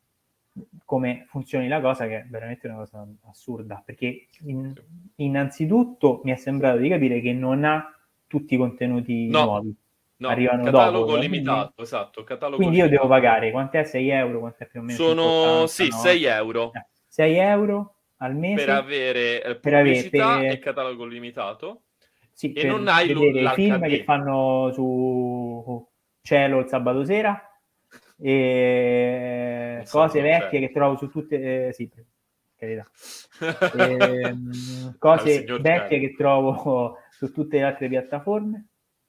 come funzioni la cosa, che è veramente una cosa assurda, perché sì. innanzitutto mi è sembrato di capire che non ha tutti i contenuti No, nuovi, no, arrivano dopo catalogo probabilmente, limitato, esatto, catalogo quindi io devo limitato. pagare, quant'è? 6 euro, quant'è più o meno? Sono, 5,80, sì, no? 6 euro 6 euro al per mese avere per pubblicità e catalogo limitato sì, e non per hai vedere i film che l'HD. fanno su Cielo il sabato sera e Non sono cose sul vecchie che cielo. trovo su tutte, sì, per carità. Al Cose signor vecchie cielo. che trovo su tutte le altre piattaforme.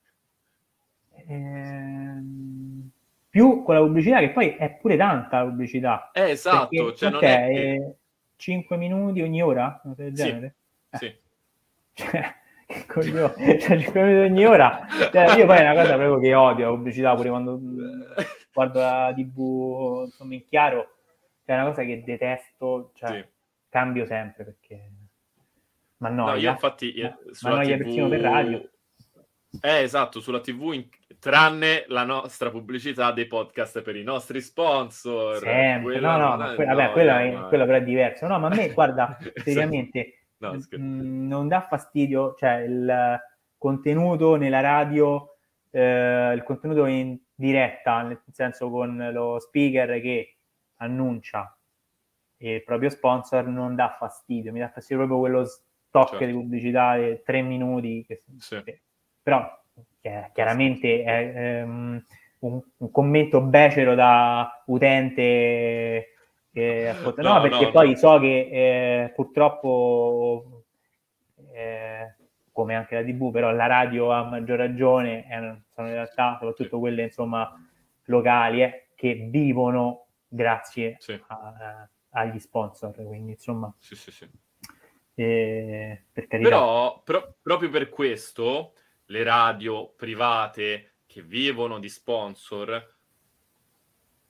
Più con la pubblicità, che poi è pure tanta la pubblicità, Esatto, perché cioè non è quant'è? che... 5 minuti ogni ora? Una cosa del Sì, genere? sì. Cioè, che coglione, cioè, 5 minuti ogni ora. Cioè, io poi è una cosa proprio che odio la pubblicità, pure quando guardo la TV, insomma, in chiaro, cioè, è una cosa che detesto, cioè, Sì. cambio sempre perché mi No, io annoia, infatti mi sulla annoia persino per radio. TV... esatto, sulla TV, tranne la nostra pubblicità dei podcast per i nostri sponsor, Sempre, no, quella no, non ma è vabbè, noia quella mai. però è diverso. No, ma a me, guarda, Esatto. seriamente, No, scherzo. non dà fastidio, cioè il contenuto nella radio, il contenuto in diretta, nel senso con lo speaker che annuncia il proprio sponsor, non dà fastidio, mi dà fastidio proprio quello stock di Certo, pubblicità di 3 minuti, sì. però Caspita. chiaramente è un commento becero da utente che ascolta. No, No, perché no, poi no. so che purtroppo, come anche la TV, però la radio a maggior ragione sono in realtà Sì, soprattutto quelle insomma locali che vivono grazie sì, agli sponsor, quindi insomma sì, sì, sì. per carità. Però, proprio per questo, le radio private che vivono di sponsor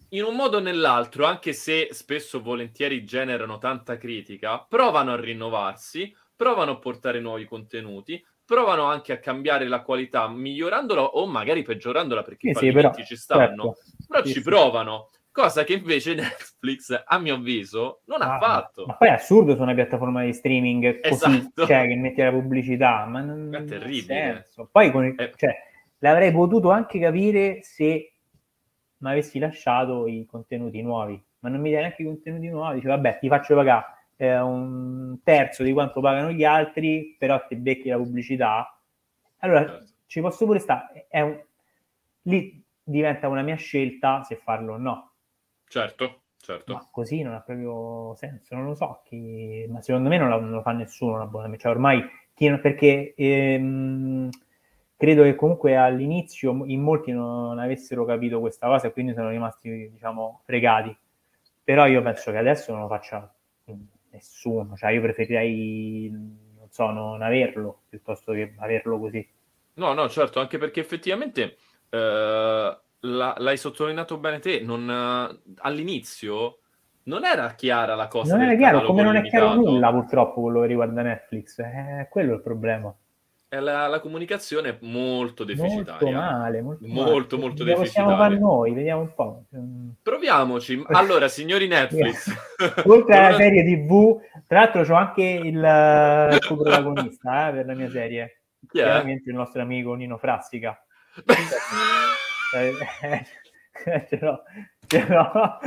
in un modo o nell'altro, anche se spesso e volentieri generano tanta critica, provano a rinnovarsi, provano a portare nuovi contenuti, provano anche a cambiare la qualità, migliorandola o magari peggiorandola perché i Sì, sì, però, fallimenti ci stanno, certo. però Sì, ci sì. provano, cosa che invece Netflix, a mio avviso, non ha Ma fatto. poi è assurdo su una piattaforma di streaming così, cioè Esatto, che metti la pubblicità, ma è non ha terribile. senso. Poi È- cioè, l'avrei potuto anche capire se mi avessi lasciato i contenuti nuovi, ma non mi dai neanche i contenuti nuovi, dice vabbè ti faccio pagare un terzo di quanto pagano gli altri, però ti becchi la pubblicità. Allora certo, ci posso pure stare, lì diventa una mia scelta se farlo o no. certo, Ma certo. così non ha proprio senso, non lo so, ma secondo me non lo fa nessuno un abbonamento, cioè ormai perché credo che comunque all'inizio in molti non avessero capito questa cosa e quindi sono rimasti, diciamo, fregati. Però io penso che adesso non lo faccia nessuno, cioè io preferirei, non so, non averlo piuttosto che averlo così. No, no, certo, anche perché effettivamente l'hai sottolineato bene te, all'inizio non era chiara la cosa Non del era chiaro, catalogo come non è chiaro nulla limitato. purtroppo quello che riguarda Netflix, è quello il problema. E la comunicazione è molto Molto deficitaria, male, molto male. molto, molto Lo possiamo fare deficitaria. noi, vediamo un po'. Proviamoci. Allora, signori Netflix, Oltre con alla una... serie TV, tra l'altro c'ho anche il coprotagonista per la mia serie, Chi è? chiaramente il nostro amico Nino Frassica. Eh, ce l'ho, ce l'ho.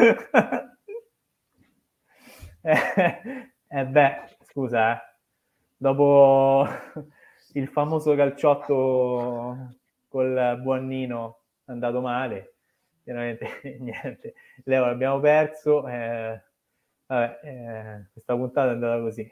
Beh, scusa, dopo il famoso calciotto col buon Nino è andato male, chiaramente niente, Leo l'abbiamo perso, vabbè, questa puntata è andata così.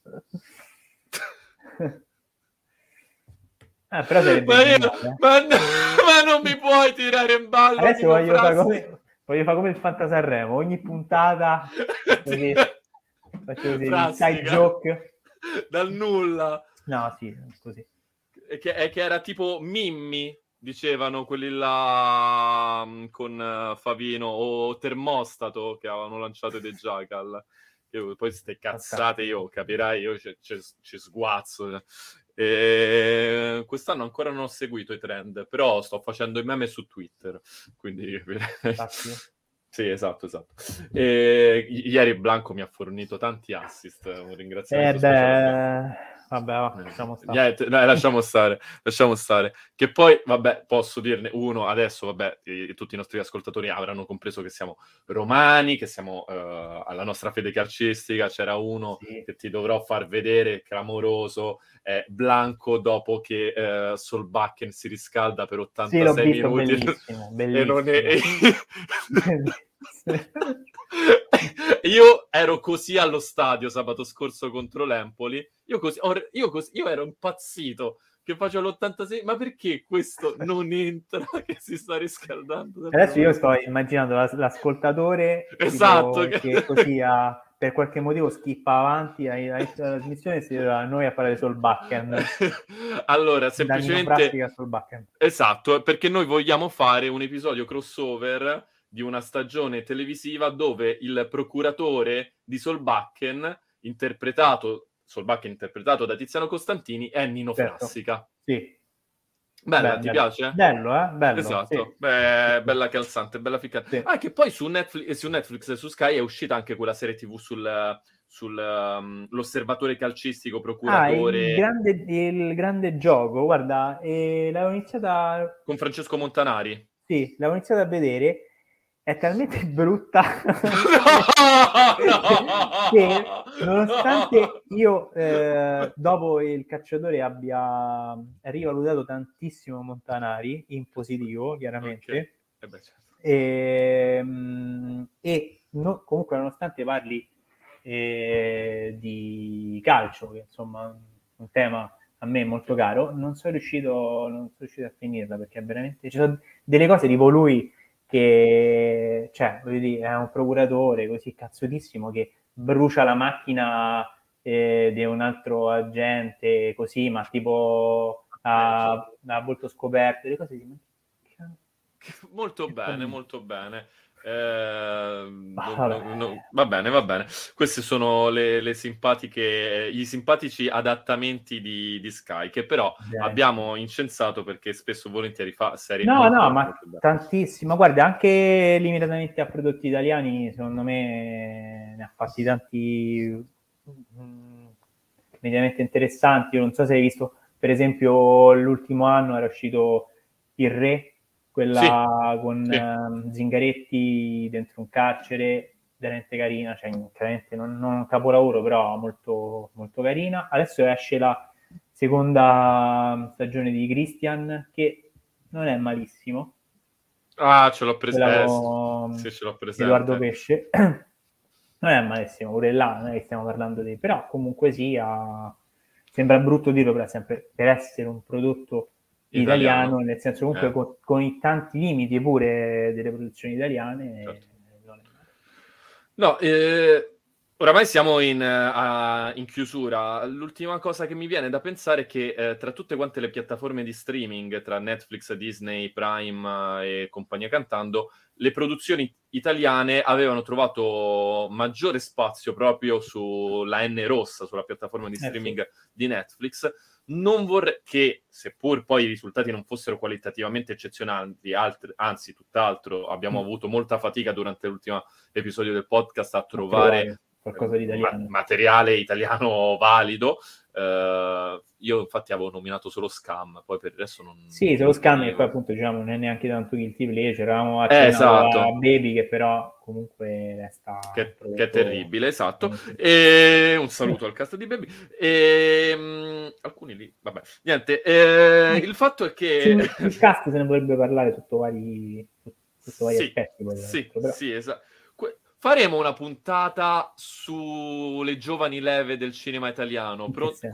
Però sarebbe Ma, io, geniale. ma non mi puoi tirare in ballo, Adesso Nino Frassi. voglio fare come il Fantasanremo, ogni puntata faccio così, inside Frassica joke. dal nulla. No, sì, così. Che era tipo Mimmi, dicevano quelli là con Favino, o Termostato che avevano lanciato dei Jackal. Poi ste cazzate io, Fantastico. capirai, io ci sguazzo. E quest'anno ancora non ho seguito i trend, però sto facendo i meme su Twitter, quindi Fantastico. sì, esatto, esatto. E ieri Blanco mi ha fornito tanti assist, un ringraziamento speciale a Blanco. Beh, vabbè, lasciamo stare. Niente, no, lasciamo stare, lasciamo stare. Che poi, vabbè, posso dirne uno, adesso, vabbè, tutti i nostri ascoltatori avranno compreso che siamo romani, che siamo alla nostra fede calcistica, c'era uno Sì, che ti dovrò far vedere, clamoroso, Blanco dopo che Solbakken si riscalda per sì, l'ho 86 visto, minuti bellissimo, e non è... bellissimo. Bellissimo. Io ero così allo stadio sabato scorso contro l'Empoli. Io ero impazzito che faccio l'86. Ma perché questo non entra? Che si sta riscaldando sempre Adesso io lui? sto immaginando l'ascoltatore Esatto. tipo che così per qualche motivo skippa avanti all'inizio della trasmissione e si trova a noi a parlare sul Bakken, Allora, Danilo semplicemente Frassica sul Bakken. esatto, perché noi vogliamo fare un episodio crossover di una stagione televisiva dove il procuratore di Solbakken interpretato da Tiziano Costantini è Nino Certo, Frassica. sì. Bella, Beh, ti bello, piace? bello, bello, sì. Esatto, Sì, beh, sì. bella calzante, bella ficcante. Sì. Ah, che poi su Netflix e su Sky è uscita anche quella serie TV l'osservatore calcistico Ah, procuratore il grande gioco, guarda, l'avevo iniziata, con Francesco Montanari. sì, l'avevo iniziata a vedere, è talmente brutta che No, no. nonostante io dopo il cacciatore abbia rivalutato tantissimo Montanari, in positivo, Ok, chiaramente, beh, certo. comunque nonostante parli di calcio, che insomma è un tema a me molto caro, non sono riuscito a finirla perché veramente ci sono delle cose tipo lui che, cioè, voglio dire, è un procuratore così cazzutissimo che brucia la macchina di un altro agente così, ma tipo Certo. a volto scoperto, le cose di... Molto Che fa bene, lui? molto bene. Va bene. Queste sono le simpatiche, i simpatici adattamenti di Sky, che però abbiamo incensato perché spesso volentieri fa serie molto ma tantissimo. Guarda, anche limitatamente a prodotti italiani, secondo me ne ha fatti tanti mediamente interessanti. Io non so se hai visto, per esempio, l'ultimo anno era uscito Il Re, quella con Zingaretti dentro un carcere, veramente carina, cioè chiaramente non un capolavoro, però molto, molto carina. Adesso esce la seconda stagione di Christian, che non è malissimo. Ce l'ho presente. Ce l'ho presente. Edoardo Pesce. Non è malissimo, pure là, non è che stiamo parlando di... Però comunque sia... Sembra brutto dirlo, però sempre per essere un prodotto italiano, nel senso comunque con i tanti limiti pure delle produzioni italiane. Certo. No, oramai siamo in chiusura. L'ultima cosa che mi viene da pensare è che tra tutte quante le piattaforme di streaming, tra Netflix, Disney, Prime e compagnia cantando, le produzioni italiane avevano trovato maggiore spazio proprio sulla N rossa, sulla piattaforma di streaming di Netflix. Non vorrei che, seppur poi i risultati non fossero qualitativamente eccezionali, anzi tutt'altro, abbiamo avuto molta fatica durante l'ultimo episodio del podcast a trovare qualcosa di italiano. Materiale italiano valido. Io infatti avevo nominato solo Scam, poi per il resto non... Sì, solo Scam, e poi appunto diciamo non è neanche tanto guilty pleasure, eravamo esatto. a Baby, che però comunque resta... Che è terribile, esatto. E un saluto al cast di Baby. Alcuni lì, vabbè. Niente, il fatto è che... Il cast se ne potrebbe parlare sotto vari aspetti. Sì, esatto. Faremo una puntata sulle giovani leve del cinema italiano.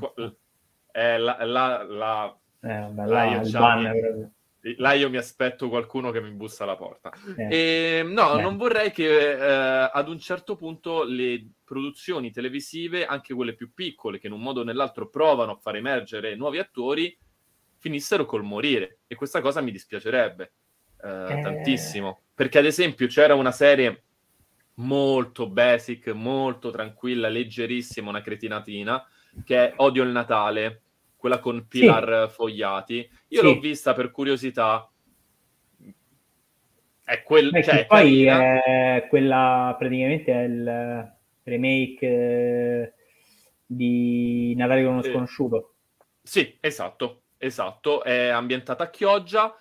Là io mi aspetto qualcuno che mi bussa alla porta. Non vorrei che ad un certo punto le produzioni televisive, anche quelle più piccole, che in un modo o nell'altro provano a far emergere nuovi attori, finissero col morire. E questa cosa mi dispiacerebbe tantissimo. Perché ad esempio c'era una serie molto basic, molto tranquilla, leggerissima, una cretinatina, che è Odio il Natale, quella con Pilar Fogliati. Io l'ho vista per curiosità. È poi è quella, praticamente è il remake di Natale con uno sconosciuto. Sì, esatto. È ambientata a Chioggia.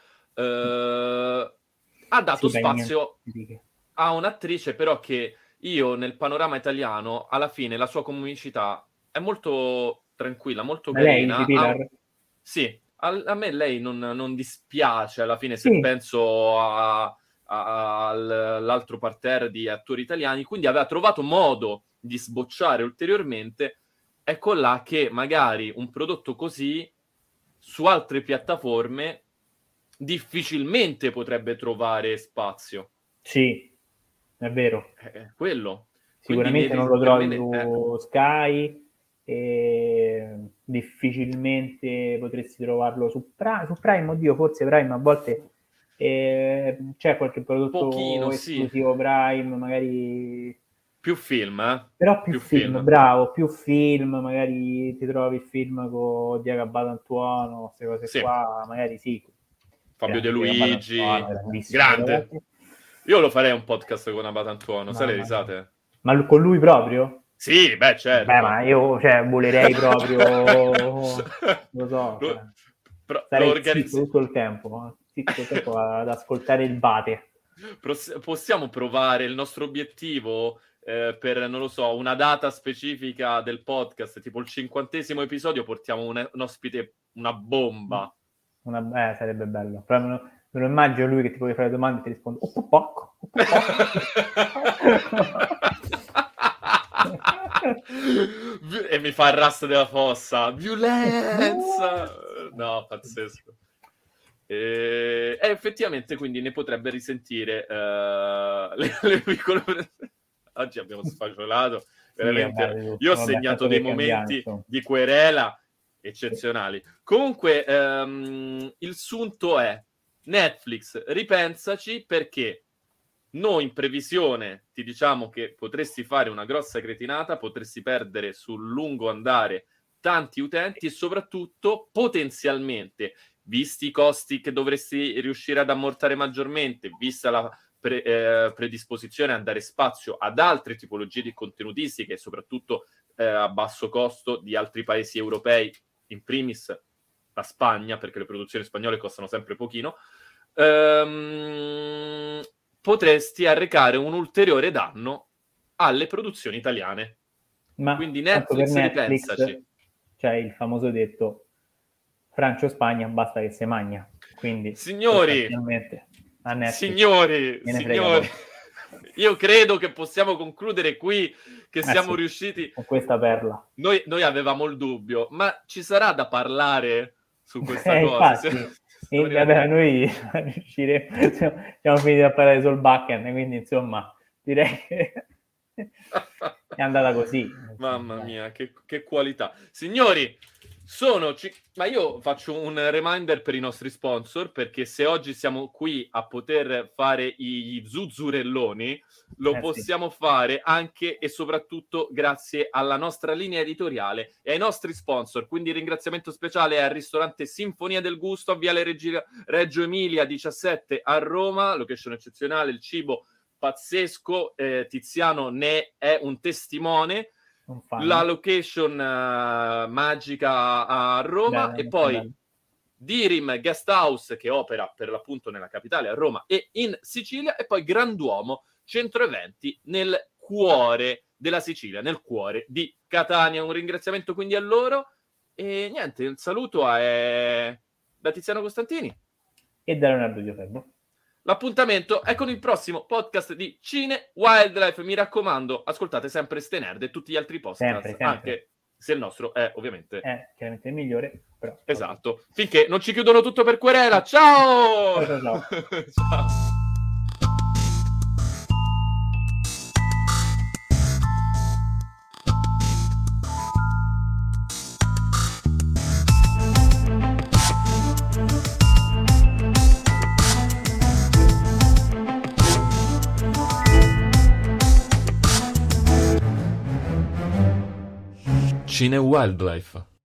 Ha dato spazio a un'attrice però che io nel panorama italiano alla fine la sua comicità è molto tranquilla, molto carina. Sì, a me lei non dispiace alla fine se penso all'altro parterre di attori italiani, quindi aveva trovato modo di sbocciare ulteriormente. Ecco là che magari un prodotto così su altre piattaforme difficilmente potrebbe trovare spazio. Sì, è vero. Quello. Sicuramente non lo trovi su Sky e difficilmente potresti trovarlo su Prime. Oddio, forse Prime a volte c'è qualche prodotto esclusivo Prime, magari... Più film, Però più film, bravo, più film, magari ti trovi il film con Diego Batantuono, queste cose qua, magari sì. Fabio De Luigi, grande. Io lo farei un podcast con Abatantuono, sai le risate? Ma con lui proprio? Sì, beh, certo. Beh, ma io volerei proprio... lo so. Sarei zitto tutto il tempo ad ascoltare il Bate. Possiamo provare il nostro obiettivo per, non lo so, una data specifica del podcast, tipo il 50° episodio, portiamo un ospite, una bomba. Sarebbe bello. Però me lo immagino lui che ti puoi fare le domande e ti risponde e mi fa il rastro della fossa. Violenza! No, pazzesco. E effettivamente quindi ne potrebbe risentire le piccole... Oggi abbiamo sfacciolato veramente. Io ho segnato dei momenti di querela eccezionali. Comunque il sunto è Netflix, ripensaci, perché Noi in previsione ti diciamo che potresti fare una grossa cretinata, potresti perdere sul lungo andare tanti utenti e soprattutto potenzialmente, visti i costi che dovresti riuscire ad ammortare maggiormente, vista la predisposizione a dare spazio ad altre tipologie di contenutistiche e soprattutto a basso costo di altri paesi europei, in primis la Spagna, perché le produzioni spagnole costano sempre pochino, potresti arrecare un ulteriore danno alle produzioni italiane. Ma quindi Netflix ripensaci. C'è il famoso detto Francia-Spagna basta che se magna, quindi signori, io credo che possiamo concludere qui, che siamo riusciti con questa perla. Noi avevamo il dubbio, ma ci sarà da parlare su questa cosa? Vabbè, noi siamo finiti a parlare sul backend, quindi insomma direi che è andata così. Mamma mia, che qualità. Signori, ma io faccio un reminder per i nostri sponsor, perché se oggi siamo qui a poter fare i zuzzurelloni, lo possiamo fare anche e soprattutto grazie alla nostra linea editoriale e ai nostri sponsor. Quindi ringraziamento speciale al ristorante Sinfonia del Gusto a Viale Reggio Emilia 17 a Roma, location eccezionale, il cibo pazzesco, Tiziano ne è un testimone. La location magica a Roma, e poi Dirim Guest House che opera per l'appunto nella capitale a Roma e in Sicilia, e poi Granduomo centro eventi nel cuore della Sicilia, nel cuore di Catania. Un ringraziamento quindi a loro e niente, il saluto è da Tiziano Costantini e da Leonardo Giofebbo. L'appuntamento è con il prossimo podcast di Cine Wildlife. Mi raccomando, ascoltate sempre Ste Nerd e tutti gli altri podcast, sempre. Anche se il nostro è ovviamente chiaramente il migliore. Però. Esatto. Finché non ci chiudono tutto per querela. Ciao! Ciao. Ciao. Cine Wildlife.